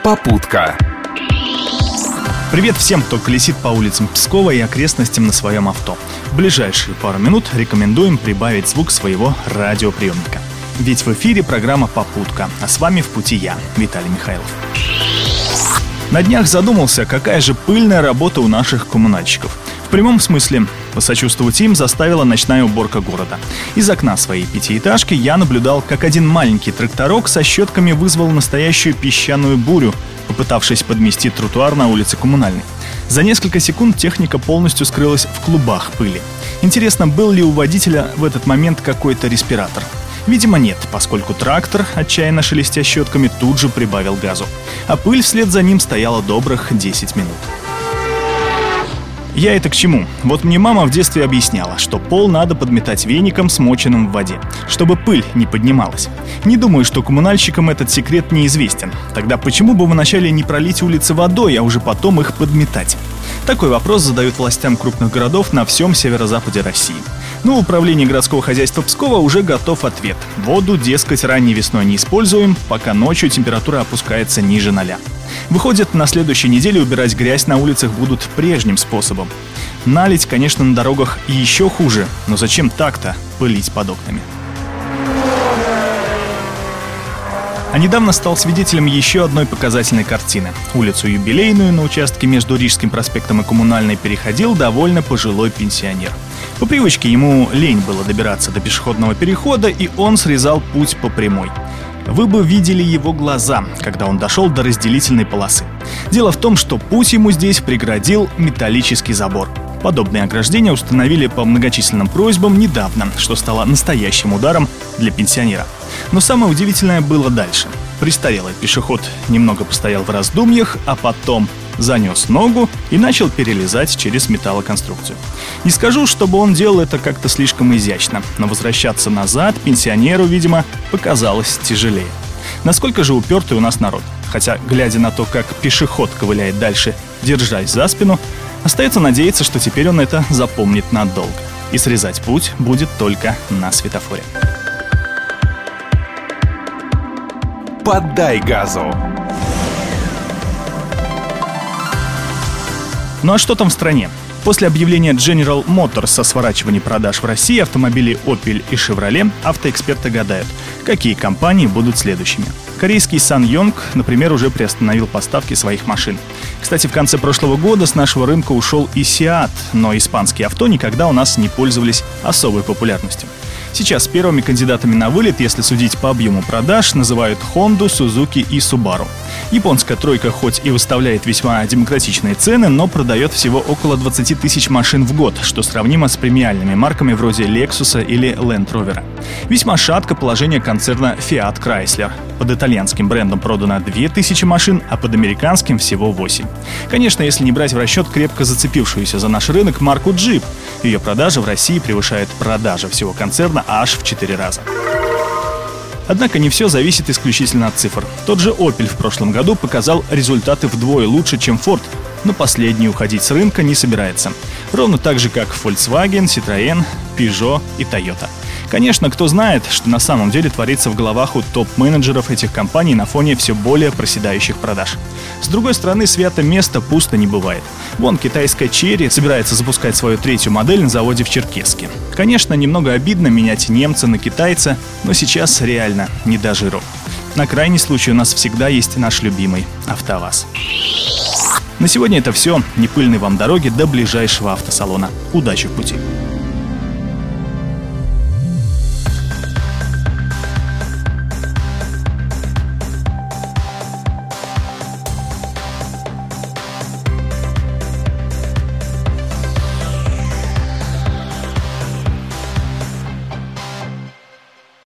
Попутка. Привет всем, кто колесит по улицам Пскова и окрестностям на своем авто. В ближайшие пару минут рекомендуем прибавить звук своего радиоприемника. Ведь в эфире программа «Попутка», а с вами в пути я, Виталий Михайлов. На днях задумался, какая же пыльная работа у наших коммунальщиков. В прямом смысле, посочувствовать им заставила ночная уборка города. Из окна своей пятиэтажки я наблюдал, как один маленький тракторок со щетками вызвал настоящую песчаную бурю, попытавшись подмести тротуар на улице Коммунальной. За несколько секунд техника полностью скрылась в клубах пыли. Интересно, был ли у водителя в этот момент какой-то респиратор? Видимо, нет, поскольку трактор, отчаянно шелестя щетками, тут же прибавил газу. А пыль вслед за ним стояла добрых 10 минут. Я это к чему? Вот мне мама в детстве объясняла, что пол надо подметать веником, смоченным в воде, чтобы пыль не поднималась. Не думаю, что коммунальщикам этот секрет неизвестен. Тогда почему бы вначале не пролить улицы водой, а уже потом их подметать? Такой вопрос задают властям крупных городов на всем северо-западе России. Но Управление городского хозяйства Пскова уже готов ответ. Воду, дескать, ранней весной не используем, пока ночью температура опускается ниже 0. Выходит, на следующей неделе убирать грязь на улицах будут прежним способом. Налить, конечно, на дорогах и еще хуже, но зачем так-то пылить под окнами? А недавно стал свидетелем еще одной показательной картины. Улицу Юбилейную на участке между Рижским проспектом и Коммунальной переходил довольно пожилой пенсионер. По привычке ему лень было добираться до пешеходного перехода, и он срезал путь по прямой. Вы бы видели его глаза, когда он дошел до разделительной полосы. Дело в том, что путь ему здесь преградил металлический забор. Подобные ограждения установили по многочисленным просьбам недавно, что стало настоящим ударом для пенсионера. Но самое удивительное было дальше. Престарелый пешеход немного постоял в раздумьях, а потом занес ногу и начал перелезать через металлоконструкцию. Не скажу, чтобы он делал это как-то слишком изящно, но возвращаться назад пенсионеру, видимо, показалось тяжелее. Насколько же упертый у нас народ. Хотя, глядя на то, как пешеход ковыляет дальше, держась за спину, остается надеяться, что теперь он это запомнит надолго. И срезать путь будет только на светофоре. Поддай газу. Ну а что там в стране? После объявления General Motors о сворачивании продаж в России автомобилей Opel и Chevrolet, автоэксперты гадают, какие компании будут следующими. Корейский SsangYong, например, уже приостановил поставки своих машин. Кстати, в конце прошлого года с нашего рынка ушел и Seat, но испанские авто никогда у нас не пользовались особой популярностью. Сейчас первыми кандидатами на вылет, если судить по объему продаж, называют Honda, Suzuki и Subaru. Японская тройка хоть и выставляет весьма демократичные цены, но продает всего около 20 тысяч машин в год, что сравнимо с премиальными марками вроде Lexus или Land Rover. Весьма шатко положение концерна Fiat Chrysler. Под итальянским брендом продано 2000 машин, а под американским всего 8. Конечно, если не брать в расчет крепко зацепившуюся за наш рынок марку Jeep. Ее продажи в России превышают продажи всего концерна аж в 4 раза. Однако не все зависит исключительно от цифр. Тот же Opel в прошлом году показал результаты вдвое лучше, чем Ford, но последний уходить с рынка не собирается. Ровно так же, как Volkswagen, Citroën, Peugeot и Toyota. Конечно, кто знает, что на самом деле творится в головах у топ-менеджеров этих компаний на фоне все более проседающих продаж. С другой стороны, свято место пусто не бывает. Вон китайская Chery собирается запускать свою 3-ю модель на заводе в Черкесске. Конечно, немного обидно менять немца на китайца, но сейчас реально не до жиру. На крайний случай у нас всегда есть наш любимый АвтоВАЗ. На сегодня это все. Непыльной вам дороги до ближайшего автосалона. Удачи в пути!